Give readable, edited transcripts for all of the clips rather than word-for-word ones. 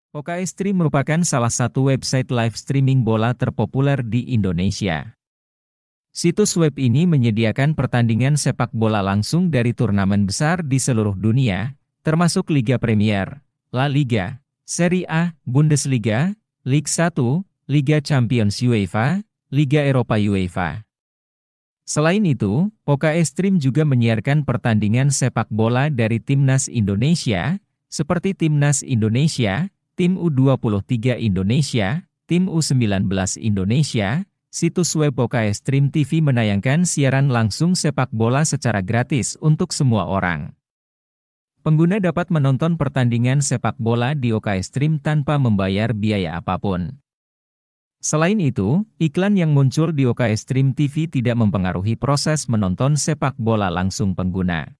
OKS Stream merupakan salah satu website live streaming bola terpopuler di Indonesia. Situs web ini menyediakan pertandingan sepak bola langsung dari turnamen besar di seluruh dunia, termasuk Liga Premier, La Liga, Serie A, Bundesliga, Liga 1, Liga Champions UEFA, Liga Eropa UEFA. Selain itu, OKS Stream juga menyiarkan pertandingan sepak bola dari Timnas Indonesia, seperti Timnas Indonesia, Tim U23 Indonesia, Tim U19 Indonesia. Situs web OKS Stream TV menayangkan siaran langsung sepak bola secara gratis untuk semua orang. Pengguna dapat menonton pertandingan sepak bola di OKS Stream tanpa membayar biaya apapun. Selain itu, iklan yang muncul di OKS Stream TV tidak mempengaruhi proses menonton sepak bola langsung pengguna.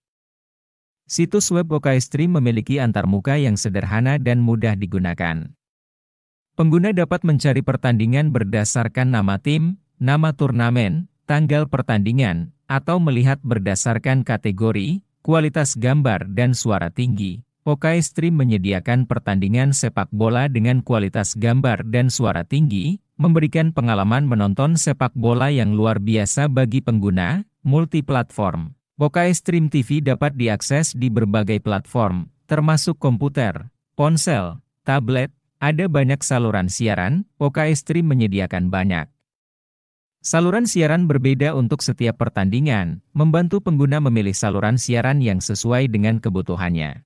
Situs web OKS Stream memiliki antarmuka yang sederhana dan mudah digunakan. Pengguna dapat mencari pertandingan berdasarkan nama tim, nama turnamen, tanggal pertandingan, atau melihat berdasarkan kategori, kualitas gambar dan suara tinggi. OKS Stream menyediakan pertandingan sepak bola dengan kualitas gambar dan suara tinggi, memberikan pengalaman menonton sepak bola yang luar biasa bagi pengguna, multi-platform. OKS Stream TV dapat diakses di berbagai platform, termasuk komputer, ponsel, tablet. Ada banyak saluran siaran, OKS Stream menyediakan banyak saluran siaran berbeda untuk setiap pertandingan, membantu pengguna memilih saluran siaran yang sesuai dengan kebutuhannya.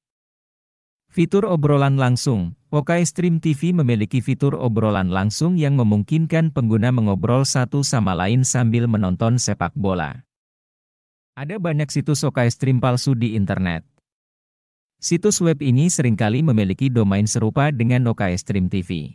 Fitur obrolan langsung, OKS Stream TV memiliki fitur obrolan langsung yang memungkinkan pengguna mengobrol satu sama lain sambil menonton sepak bola. Ada banyak situs OKS Stream palsu di internet. Situs web ini seringkali memiliki domain serupa dengan OKS Stream TV.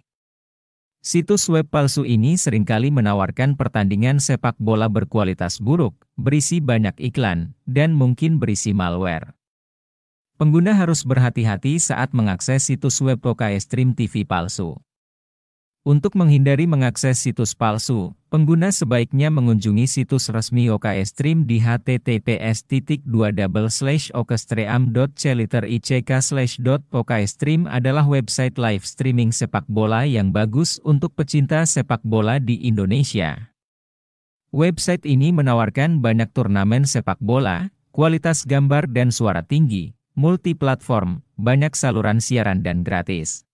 Situs web palsu ini seringkali menawarkan pertandingan sepak bola berkualitas buruk, berisi banyak iklan, dan mungkin berisi malware. Pengguna harus berhati-hati saat mengakses situs web OKS Stream TV palsu. Untuk menghindari mengakses situs palsu, pengguna sebaiknya mengunjungi situs resmi OKS Stream di https://okstream.c/. OKStream adalah website live streaming sepak bola yang bagus untuk pecinta sepak bola di Indonesia. Website ini menawarkan banyak turnamen sepak bola, kualitas gambar dan suara tinggi, multi-platform, banyak saluran siaran dan gratis.